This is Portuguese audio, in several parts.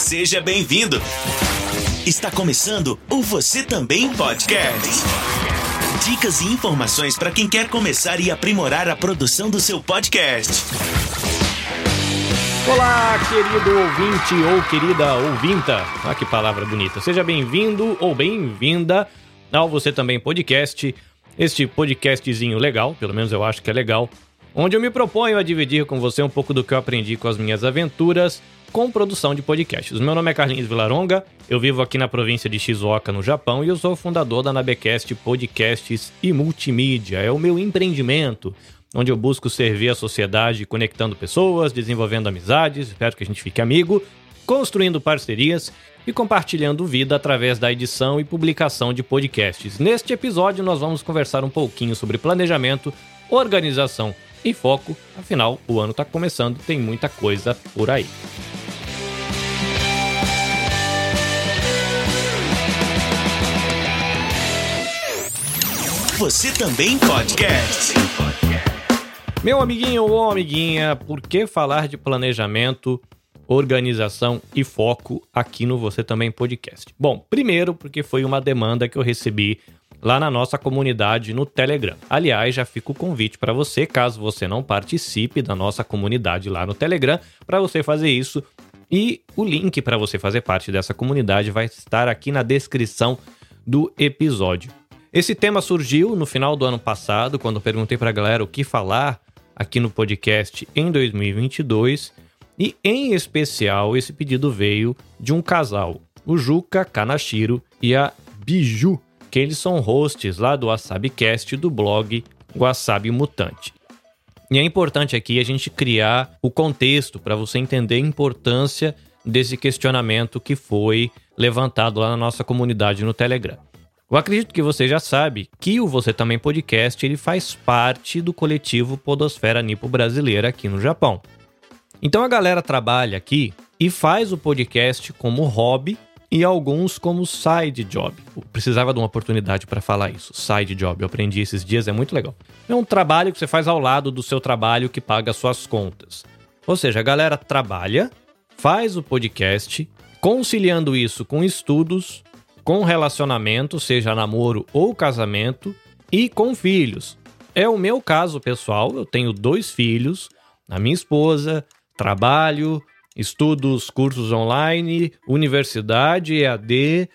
Seja bem-vindo. Está começando o Você Também Podcast. Dicas e informações para quem quer começar e aprimorar a produção do seu podcast. Olá, querido ouvinte ou querida ouvinta. Ah, que palavra bonita. Seja bem-vindo ou bem-vinda ao Você Também Podcast. Este podcastzinho legal, pelo menos eu acho que é legal, onde eu me proponho a dividir com você um pouco do que eu aprendi com as minhas aventuras com produção de podcasts. Meu nome é Carlinhos Villaronga, eu vivo aqui na província de Shizuoka, no Japão, e eu sou o fundador da Nabecast Podcasts e Multimídia. É o meu empreendimento, onde eu busco servir a sociedade conectando pessoas, desenvolvendo amizades, espero que a gente fique amigo, construindo parcerias e compartilhando vida através da edição e publicação de podcasts. Neste episódio nós vamos conversar um pouquinho sobre planejamento, organização e foco, afinal o ano está começando, tem muita coisa por aí. Você Também Podcast. Meu amiguinho ou amiguinha, por que falar de planejamento, organização e foco aqui no Você Também Podcast? Bom, primeiro porque foi uma demanda que eu recebi lá na nossa comunidade no Telegram. Aliás, já fica o convite para você, caso você não participe da nossa comunidade lá no Telegram, para você fazer isso. E o link para você fazer parte dessa comunidade vai estar aqui na descrição do episódio. Esse tema surgiu no final do ano passado, quando eu perguntei para a galera o que falar aqui no podcast em 2022. E, em especial, esse pedido veio de um casal, o Juca Kanashiro e a Biju, que eles são hosts lá do WasabiCast do blog Wasabi Mutante. E é importante aqui a gente criar o contexto para você entender a importância desse questionamento que foi levantado lá na nossa comunidade no Telegram. Eu acredito que você já sabe que o Você Também Podcast ele faz parte do coletivo Podosfera Nipo Brasileira aqui no Japão. Então a galera trabalha aqui e faz o podcast como hobby e alguns como side job. Eu precisava de uma oportunidade para falar isso. Side job, eu aprendi esses dias, é muito legal. É um trabalho que você faz ao lado do seu trabalho que paga as suas contas. Ou seja, a galera trabalha, faz o podcast, conciliando isso com estudos, com relacionamento, seja namoro ou casamento, e com filhos. É o meu caso pessoal, eu tenho 2 filhos, a minha esposa, trabalho, estudos, cursos online, universidade, EAD,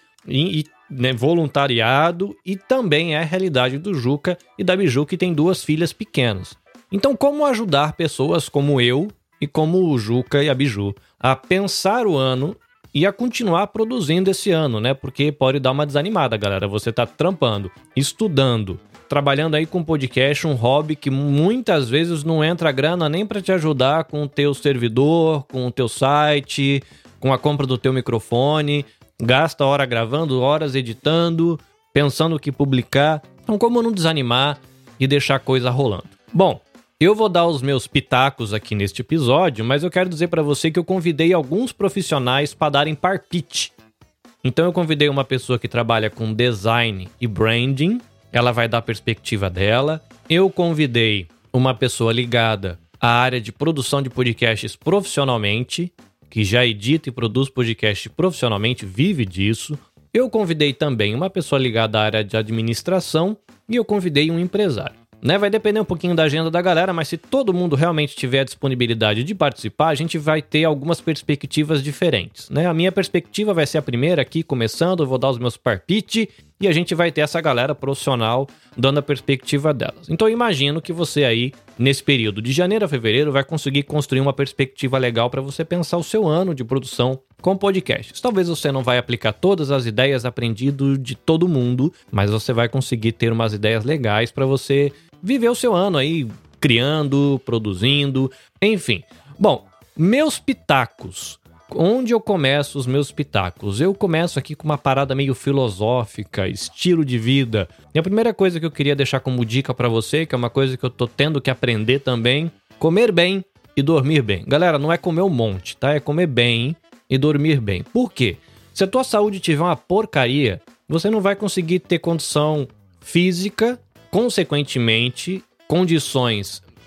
voluntariado, e também é a realidade do Juca e da Biju, que tem 2 filhas pequenas. Então, como ajudar pessoas como eu e como o Juca e a Biju a pensar o ano e a continuar produzindo esse ano, né? Porque pode dar uma desanimada, galera. Você tá trampando, estudando, trabalhando aí com podcast, um hobby que muitas vezes não entra grana nem para te ajudar com o teu servidor, com o teu site, com a compra do teu microfone. Gasta hora gravando, horas editando, pensando o que publicar. Então, como não desanimar e deixar a coisa rolando? Bom, eu vou dar os meus pitacos aqui neste episódio, mas eu quero dizer para você que eu convidei alguns profissionais para darem palpite. Então eu convidei uma pessoa que trabalha com design e branding, ela vai dar a perspectiva dela. Eu convidei uma pessoa ligada à área de produção de podcasts profissionalmente, que já edita e produz podcast profissionalmente, vive disso. Eu convidei também uma pessoa ligada à área de administração e eu convidei um empresário. Vai depender um pouquinho da agenda da galera, mas se todo mundo realmente tiver a disponibilidade de participar, a gente vai ter algumas perspectivas diferentes, né? A minha perspectiva vai ser a primeira aqui, começando, eu vou dar os meus palpites e a gente vai ter essa galera profissional dando a perspectiva delas. Então eu imagino que você aí, nesse período de janeiro a fevereiro, vai conseguir construir uma perspectiva legal para você pensar o seu ano de produção com podcasts. Talvez você não vai aplicar todas as ideias aprendidas de todo mundo, mas você vai conseguir ter umas ideias legais para você viver o seu ano aí, criando, produzindo, enfim. Bom, meus pitacos. Onde eu começo os meus pitacos? Eu começo aqui com uma parada meio filosófica, estilo de vida. E a primeira coisa que eu queria deixar como dica pra você, que é uma coisa que eu tô tendo que aprender também, comer bem e dormir bem. Galera, não é comer um monte, tá? É comer bem e dormir bem. Por quê? Se a tua saúde tiver uma porcaria, você não vai conseguir ter condição física, consequentemente, condições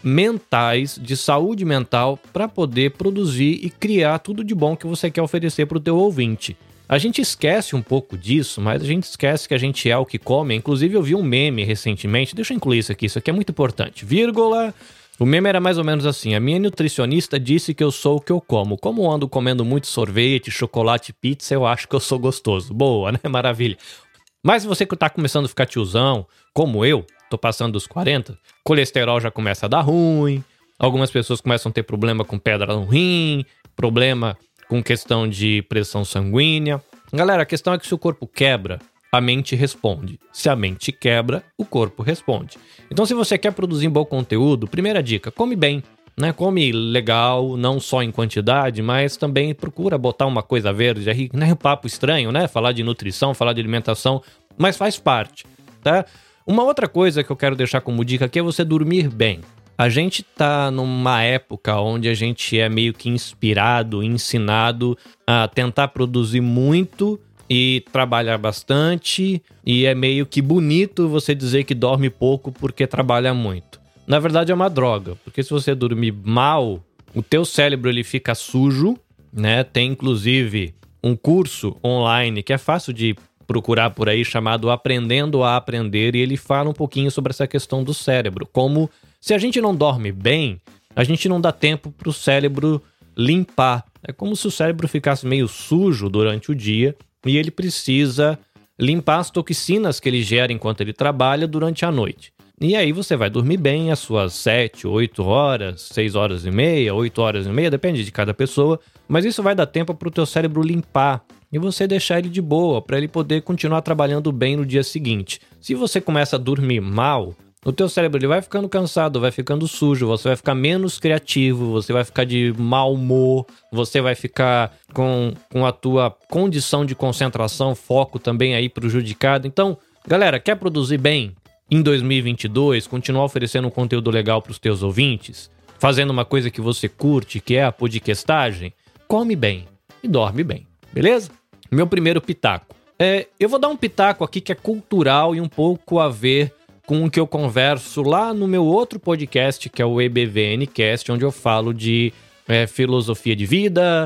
mentais, de saúde mental, para poder produzir e criar tudo de bom que você quer oferecer para o teu ouvinte. A gente esquece um pouco disso, mas a gente esquece que a gente é o que come. Inclusive, eu vi um meme recentemente, deixa eu incluir isso aqui é muito importante, vírgula. O meme era mais ou menos assim: a minha nutricionista disse que eu sou o que eu como. Como eu ando comendo muito sorvete, chocolate, pizza, eu acho que eu sou gostoso. Boa, né? Maravilha. Mas se você que tá começando a ficar tiozão, como eu, tô passando dos 40, colesterol já começa a dar ruim, algumas pessoas começam a ter problema com pedra no rim, problema com questão de pressão sanguínea. Galera, a questão é que se o corpo quebra, a mente responde. Se a mente quebra, o corpo responde. Então, se você quer produzir bom conteúdo, primeira dica, come bem, né? Come legal, não só em quantidade, mas também procura botar uma coisa verde aí, não é um papo estranho, né? Falar de nutrição, falar de alimentação, mas faz parte, tá? Uma outra coisa que eu quero deixar como dica aqui é você dormir bem. A gente tá numa época onde a gente é meio que inspirado, ensinado a tentar produzir muito e trabalhar bastante, e é meio que bonito você dizer que dorme pouco porque trabalha muito. Na verdade é uma droga, porque se você dormir mal, o teu cérebro ele fica sujo, né? Tem inclusive um curso online que é fácil de procurar por aí, chamado Aprendendo a Aprender, e ele fala um pouquinho sobre essa questão do cérebro, como se a gente não dorme bem, a gente não dá tempo para o cérebro limpar. É como se o cérebro ficasse meio sujo durante o dia e ele precisa limpar as toxinas que ele gera enquanto ele trabalha durante a noite. E aí você vai dormir bem as suas 7, 8 horas, 6 horas e meia, 8 horas e meia, depende de cada pessoa, mas isso vai dar tempo para o teu cérebro limpar e você deixar ele de boa, para ele poder continuar trabalhando bem no dia seguinte. Se você começa a dormir mal, o teu cérebro ele vai ficando cansado, vai ficando sujo, você vai ficar menos criativo, você vai ficar de mau humor, você vai ficar com a tua condição de concentração, foco também aí prejudicado. Então, galera, quer produzir bem em 2022, continuar oferecendo um conteúdo legal para os teus ouvintes, fazendo uma coisa que você curte, que é a podcastagem? Come bem e dorme bem, beleza? Meu primeiro pitaco. Eu vou dar um pitaco aqui que é cultural e um pouco a ver com o que eu converso lá no meu outro podcast, que é o EBVNcast, onde eu falo de filosofia de vida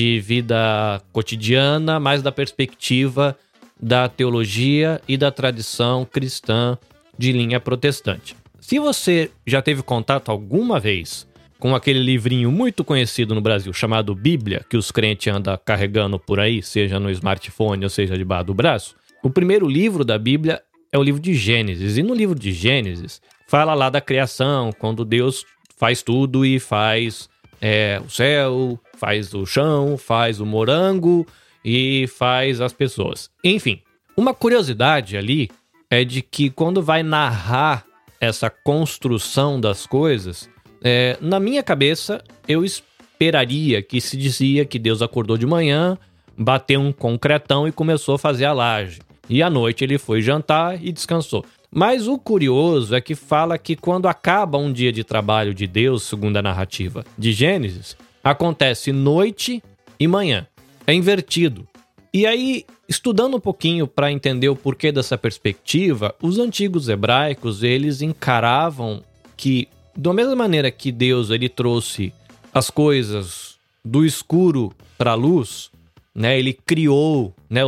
cotidiana, mais da perspectiva da teologia e da tradição cristã de linha protestante. Se você já teve contato alguma vez com aquele livrinho muito conhecido no Brasil chamado Bíblia, que os crentes andam carregando por aí, seja no smartphone ou seja debaixo do braço, o primeiro livro da Bíblia é o livro de Gênesis. E no livro de Gênesis fala lá da criação, quando Deus faz tudo e faz o céu, faz o chão, faz o morango e faz as pessoas. Enfim, uma curiosidade ali é de que quando vai narrar essa construção das coisas, na minha cabeça eu esperaria que se dizia que Deus acordou de manhã, bateu um concretão e começou a fazer a laje. E à noite ele foi jantar e descansou. Mas o curioso é que fala que quando acaba um dia de trabalho de Deus, segundo a narrativa de Gênesis, acontece noite e manhã. É invertido. E aí, estudando um pouquinho para entender o porquê dessa perspectiva, os antigos hebraicos, eles encaravam que, da mesma maneira que Deus ele trouxe as coisas do escuro para a luz, né, ele criou, né,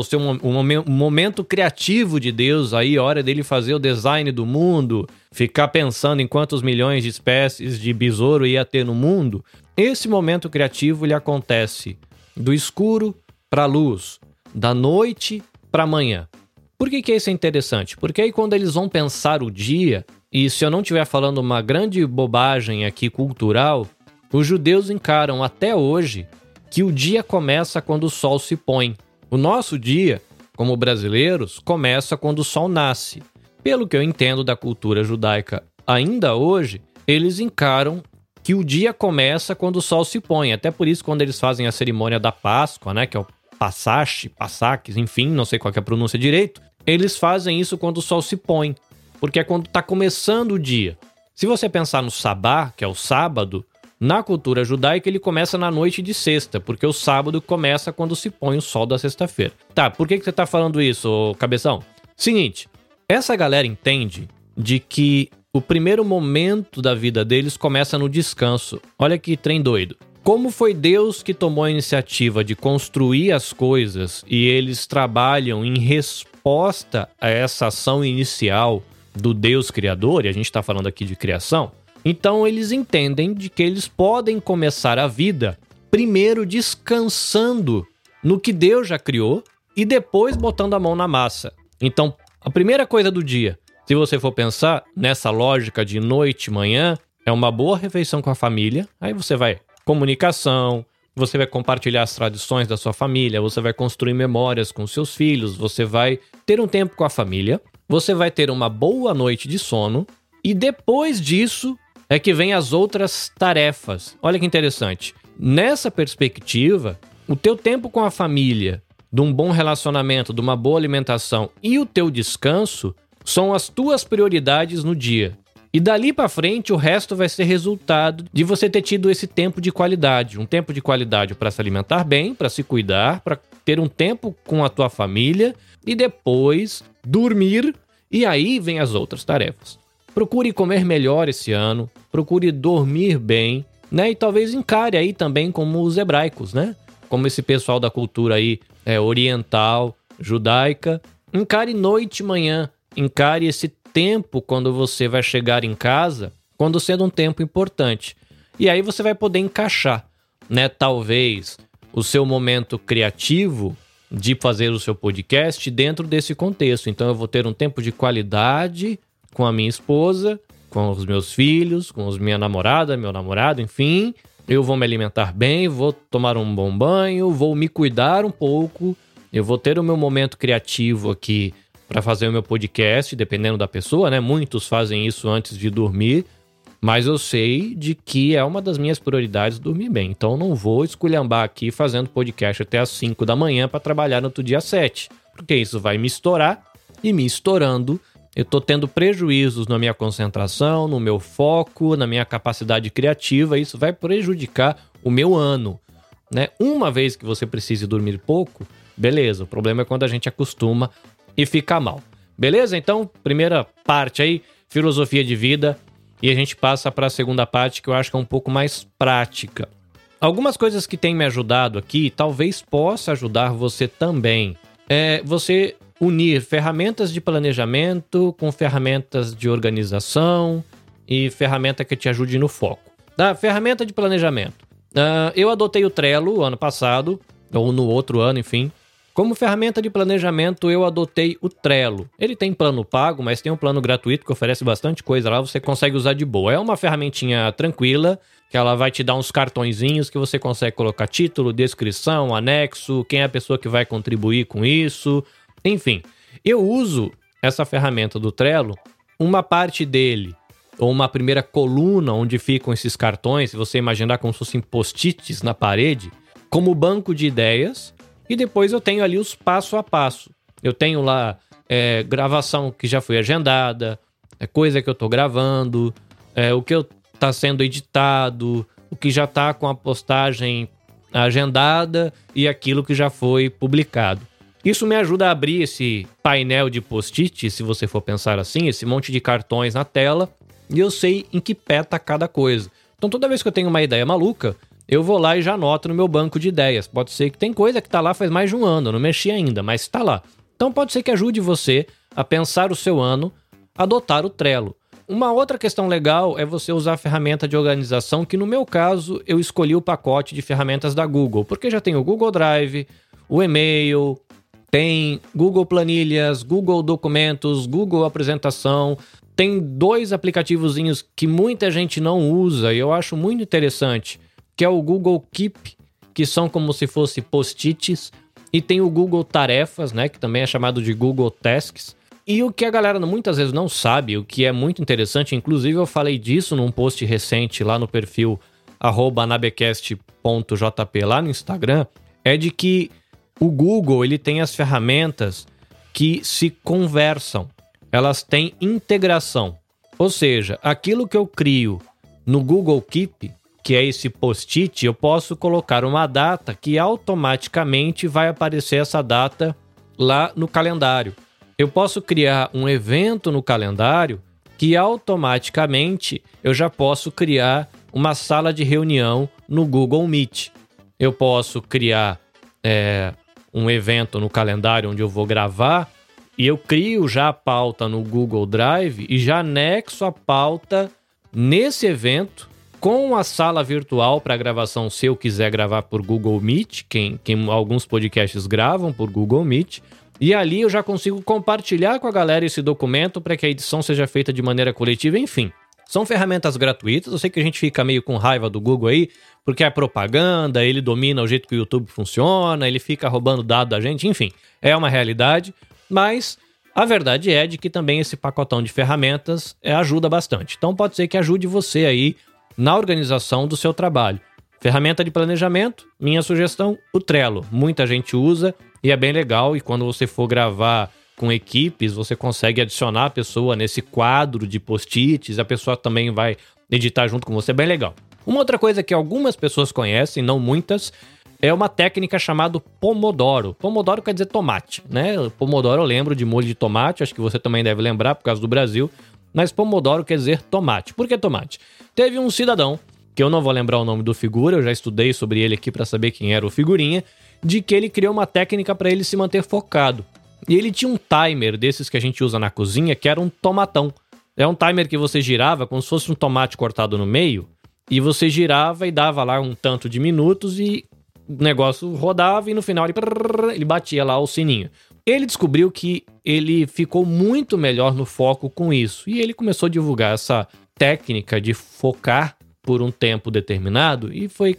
o momento criativo de Deus, aí a hora dele fazer o design do mundo, ficar pensando em quantos milhões de espécies de besouro ia ter no mundo. Esse momento criativo ele acontece do escuro para a luz, da noite para a manhã. Por que isso é interessante? Porque aí quando eles vão pensar o dia, e se eu não estiver falando uma grande bobagem aqui cultural, os judeus encaram até hoje que o dia começa quando o sol se põe. O nosso dia, como brasileiros, começa quando o sol nasce. Pelo que eu entendo da cultura judaica ainda hoje, eles encaram que o dia começa quando o sol se põe. Até por isso, quando eles fazem a cerimônia da Páscoa, né, que é o Passaques, enfim, não sei qual que é a pronúncia direito, eles fazem isso quando o sol se põe, porque é quando está começando o dia. Se você pensar no Sabá, que é o sábado, na cultura judaica, ele começa na noite de sexta, porque o sábado começa quando se põe o sol da sexta-feira. Tá, por que você tá falando isso, cabeção? Seguinte, essa galera entende de que o primeiro momento da vida deles começa no descanso. Olha que trem doido. Como foi Deus que tomou a iniciativa de construir as coisas e eles trabalham em resposta a essa ação inicial do Deus Criador, e a gente está falando aqui de criação, então eles entendem de que eles podem começar a vida primeiro descansando no que Deus já criou e depois botando a mão na massa. Então, a primeira coisa do dia, se você for pensar nessa lógica de noite e manhã, é uma boa refeição com a família, aí você vai comunicação, você vai compartilhar as tradições da sua família, você vai construir memórias com seus filhos, você vai ter um tempo com a família, você vai ter uma boa noite de sono e depois disso é que vem as outras tarefas. Olha que interessante. Nessa perspectiva, o teu tempo com a família, de um bom relacionamento, de uma boa alimentação e o teu descanso são as tuas prioridades no dia. E dali pra frente, o resto vai ser resultado de você ter tido esse tempo de qualidade. Um tempo de qualidade para se alimentar bem, para se cuidar, para ter um tempo com a tua família e depois dormir. E aí vem as outras tarefas. Procure comer melhor esse ano, procure dormir bem, né? E talvez encare aí também como os hebraicos, né? Como esse pessoal da cultura aí oriental, judaica. Encare noite e manhã, encare esse tempo quando você vai chegar em casa, quando sendo um tempo importante. E aí você vai poder encaixar, né? Talvez o seu momento criativo de fazer o seu podcast dentro desse contexto. Então eu vou ter um tempo de qualidade com a minha esposa, com os meus filhos, com minha namorada, meu namorado, enfim. Eu vou me alimentar bem, vou tomar um bom banho, vou me cuidar um pouco, eu vou ter o meu momento criativo aqui para fazer o meu podcast, dependendo da pessoa, né? Muitos fazem isso antes de dormir, mas eu sei de que é uma das minhas prioridades dormir bem. Então eu não vou esculhambar aqui fazendo podcast até às 5 da manhã para trabalhar no outro dia às 7, porque isso vai me estourar, e me estourando, eu tô tendo prejuízos na minha concentração, no meu foco, na minha capacidade criativa, e isso vai prejudicar o meu ano, né? Uma vez que você precise dormir pouco, beleza, o problema é quando a gente acostuma e fica mal. Beleza? Então, primeira parte aí, filosofia de vida, e a gente passa para a segunda parte, que eu acho que é um pouco mais prática. Algumas coisas que têm me ajudado aqui, talvez possa ajudar você também. Você unir ferramentas de planejamento com ferramentas de organização e ferramenta que te ajude no foco. Da ferramenta de planejamento. Eu adotei o Trello ano passado, ou no outro ano, enfim. Como ferramenta de planejamento, eu adotei o Trello. Ele tem plano pago, mas tem um plano gratuito que oferece bastante coisa lá, você consegue usar de boa. É uma ferramentinha tranquila, que ela vai te dar uns cartõezinhos que você consegue colocar título, descrição, anexo, quem é a pessoa que vai contribuir com isso, enfim. Eu uso essa ferramenta do Trello, uma parte dele, ou uma primeira coluna onde ficam esses cartões, se você imaginar como se fossem post-its na parede, como banco de ideias. E depois eu tenho ali os passo a passo. Eu tenho lá gravação que já foi agendada, coisa que eu tô gravando, o que tá sendo editado, o que já tá com a postagem agendada e aquilo que já foi publicado. Isso me ajuda a abrir esse painel de post-it, se você for pensar assim, esse monte de cartões na tela, e eu sei em que pé tá cada coisa. Então toda vez que eu tenho uma ideia maluca, eu vou lá e já anoto no meu banco de ideias. Pode ser que tem coisa que tá lá faz mais de um ano, eu não mexi ainda, mas tá lá. Então pode ser que ajude você a pensar o seu ano, adotar o Trello. Uma outra questão legal é você usar a ferramenta de organização, que no meu caso eu escolhi o pacote de ferramentas da Google, porque já tem o Google Drive, o e-mail, tem Google Planilhas, Google Documentos, Google Apresentação. Tem 2 aplicativozinhos que muita gente não usa e eu acho muito interessante, que é o Google Keep, que são como se fosse post-its, e tem o Google Tarefas, né, que também é chamado de Google Tasks. E o que a galera muitas vezes não sabe, o que é muito interessante, inclusive eu falei disso num post recente lá no perfil @nabecast.jp lá no Instagram, é de que o Google ele tem as ferramentas que se conversam, elas têm integração. Ou seja, aquilo que eu crio no Google Keep, que é esse post-it, eu posso colocar uma data que automaticamente vai aparecer essa data lá no calendário. Eu posso criar um evento no calendário que automaticamente eu já posso criar uma sala de reunião no Google Meet. Eu posso criar um evento no calendário onde eu vou gravar e eu crio já a pauta no Google Drive e já anexo a pauta nesse evento com a sala virtual para gravação, se eu quiser gravar por Google Meet, quem alguns podcasts gravam por Google Meet, e ali eu já consigo compartilhar com a galera esse documento para que a edição seja feita de maneira coletiva, enfim. São ferramentas gratuitas, eu sei que a gente fica meio com raiva do Google aí, porque é propaganda, ele domina o jeito que o YouTube funciona, ele fica roubando dado da gente, enfim, é uma realidade, mas a verdade é de que também esse pacotão de ferramentas ajuda bastante. Então pode ser que ajude você aí na organização do seu trabalho. Ferramenta de planejamento, minha sugestão, o Trello. Muita gente usa e é bem legal, e quando você for gravar com equipes, você consegue adicionar a pessoa nesse quadro de post-its, a pessoa também vai editar junto com você, bem legal. Uma outra coisa que algumas pessoas conhecem, não muitas, é uma técnica chamada Pomodoro. Pomodoro quer dizer tomate, né? Pomodoro eu lembro de molho de tomate, acho que você também deve lembrar por causa do Brasil, mas Pomodoro quer dizer tomate. Por que tomate? Teve um cidadão, que eu não vou lembrar o nome do figura, eu já estudei sobre ele aqui para saber quem era o figurinha, de que ele criou uma técnica para ele se manter focado. E ele tinha um timer desses que a gente usa na cozinha, que era um tomatão. É um timer que você girava como se fosse um tomate cortado no meio, e você girava e dava lá um tanto de minutos e o negócio rodava e no final ele batia lá o sininho. Ele descobriu que ele ficou muito melhor no foco com isso. E ele começou a divulgar essa técnica de focar por um tempo determinado e foi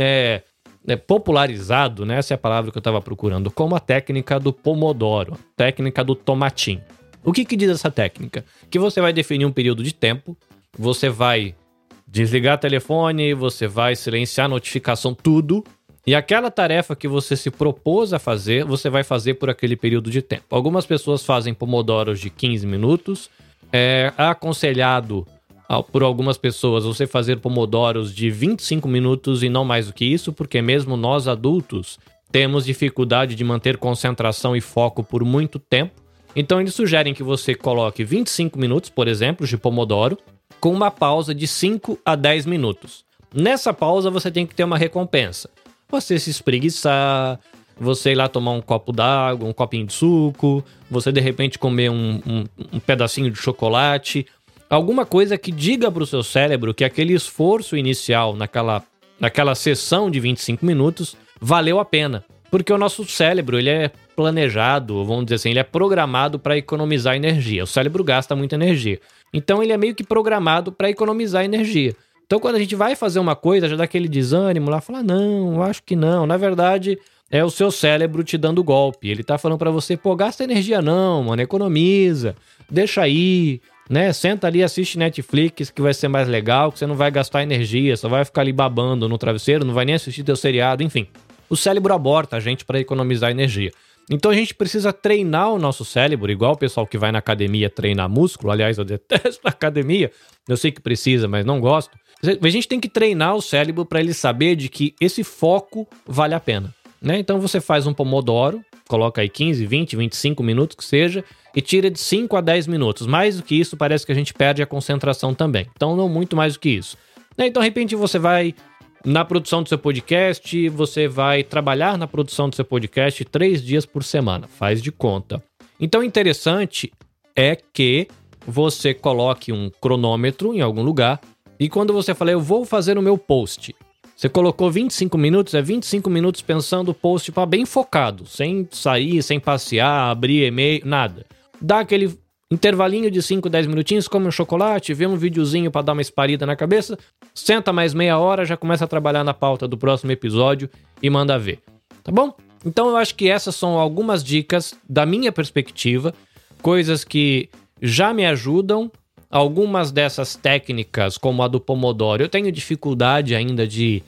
popularizado, né? Essa é a palavra que eu estava procurando, como a técnica do Pomodoro, a técnica do tomatinho. O que diz essa técnica? Que você vai definir um período de tempo, você vai desligar o telefone, você vai silenciar a notificação, tudo. E aquela tarefa que você se propôs a fazer, você vai fazer por aquele período de tempo. Algumas pessoas fazem pomodoros de 15 minutos. É aconselhado por algumas pessoas você fazer pomodoros de 25 minutos e não mais do que isso, porque mesmo nós adultos temos dificuldade de manter concentração e foco por muito tempo. Então eles sugerem que você coloque 25 minutos, por exemplo, de pomodoro, com uma pausa de 5 a 10 minutos. Nessa pausa você tem que ter uma recompensa. Você se espreguiçar, você ir lá tomar um copo d'água, um copinho de suco, você de repente comer um pedacinho de chocolate, alguma coisa que diga para o seu cérebro que aquele esforço inicial naquela sessão de 25 minutos valeu a pena. Porque o nosso cérebro, ele é planejado, vamos dizer assim, ele é programado para economizar energia. O cérebro gasta muita energia. Então ele é meio que programado para economizar energia. Então, quando a gente vai fazer uma coisa, já dá aquele desânimo lá, fala, não, acho que não. Na verdade, é o seu cérebro te dando golpe. Ele tá falando pra você, pô, gasta energia não, mano, economiza, deixa aí, né? Senta ali, assiste Netflix, que vai ser mais legal, que você não vai gastar energia, só vai ficar ali babando no travesseiro, não vai nem assistir teu seriado, enfim. O cérebro aborta a gente pra economizar energia. Então a gente precisa treinar o nosso cérebro, igual o pessoal que vai na academia treinar músculo. Aliás, eu detesto a academia, eu sei que precisa, mas não gosto. A gente tem que treinar o cérebro para ele saber de que esse foco vale a pena, né? Então você faz um pomodoro, coloca aí 15, 20, 25 minutos que seja, e tira de 5 a 10 minutos. Mais do que isso, parece que a gente perde a concentração também. Então não muito mais do que isso. Então, de repente, você vai na produção do seu podcast, você vai trabalhar na produção do seu podcast 3 dias por semana. Faz de conta. Então, interessante é que você coloque um cronômetro em algum lugar. E quando você fala, eu vou fazer o meu post, você colocou 25 minutos, é 25 minutos pensando o post bem focado, sem sair, sem passear, abrir e-mail, nada. Dá aquele intervalinho de 5, 10 minutinhos, come um chocolate, vê um videozinho pra dar uma esparida na cabeça, senta mais meia hora, já começa a trabalhar na pauta do próximo episódio e manda ver, tá bom? Então eu acho que essas são algumas dicas da minha perspectiva, coisas que já me ajudam. Algumas dessas técnicas, como a do Pomodoro, eu tenho dificuldade ainda de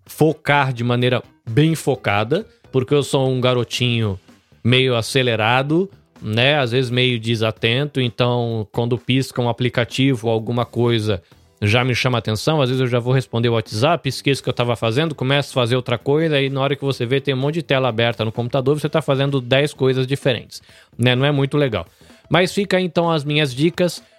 focar de maneira bem focada, porque eu sou um garotinho meio acelerado, né? Às vezes meio desatento, então quando pisca um aplicativo ou alguma coisa já me chama atenção, às vezes eu já vou responder o WhatsApp, esqueço o que eu estava fazendo, começo a fazer outra coisa e na hora que você vê tem um monte de tela aberta no computador, você está fazendo 10 coisas diferentes, né? Não é muito legal. Mas fica aí, então as minhas dicas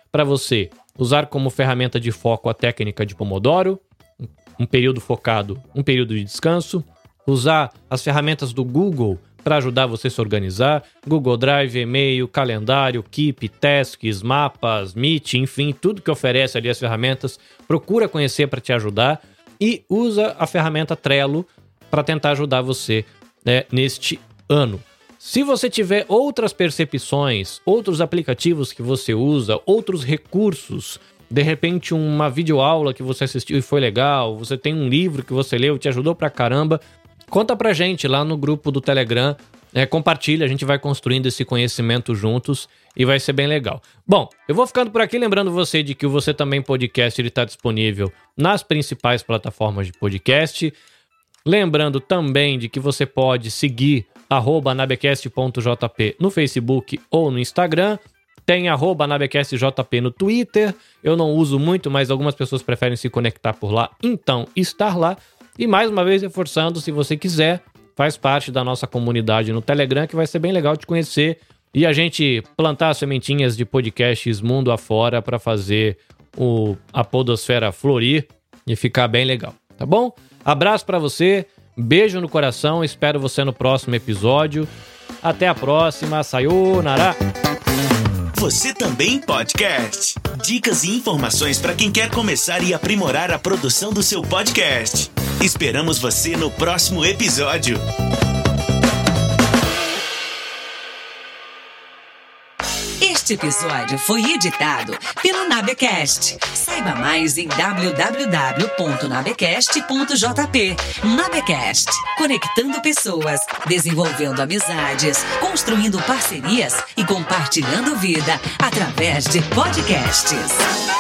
para você usar como ferramenta de foco a técnica de Pomodoro, um período focado, um período de descanso, usar as ferramentas do Google para ajudar você a se organizar, Google Drive, e-mail, calendário, Keep, Tasks, mapas, Meet, enfim, tudo que oferece ali as ferramentas, procura conhecer para te ajudar e usa a ferramenta Trello para tentar ajudar você, né, neste ano. Se você tiver outras percepções, outros aplicativos que você usa, outros recursos, de repente uma videoaula que você assistiu e foi legal, você tem um livro que você leu e te ajudou pra caramba, conta pra gente lá no grupo do Telegram, compartilha, a gente vai construindo esse conhecimento juntos e vai ser bem legal. Bom, eu vou ficando por aqui, lembrando você de que o Você Também Podcast está disponível nas principais plataformas de podcast. Lembrando também de que você pode seguir @nabecast.jp no Facebook ou no Instagram. Tem @nabecastjp no Twitter. Eu não uso muito, mas algumas pessoas preferem se conectar por lá, então estar lá. E mais uma vez reforçando, se você quiser, faz parte da nossa comunidade no Telegram, que vai ser bem legal te conhecer e a gente plantar sementinhas de podcasts mundo afora para fazer a podosfera florir e ficar bem legal, tá bom? Abraço pra você, beijo no coração, espero você no próximo episódio. Até a próxima, sayonara! Você Também Podcast. Dicas e informações para quem quer começar e aprimorar a produção do seu podcast. Esperamos você no próximo episódio. Este episódio foi editado pelo Nabecast. Saiba mais em www.nabecast.jp. Nabecast, conectando pessoas, desenvolvendo amizades, construindo parcerias e compartilhando vida através de podcasts.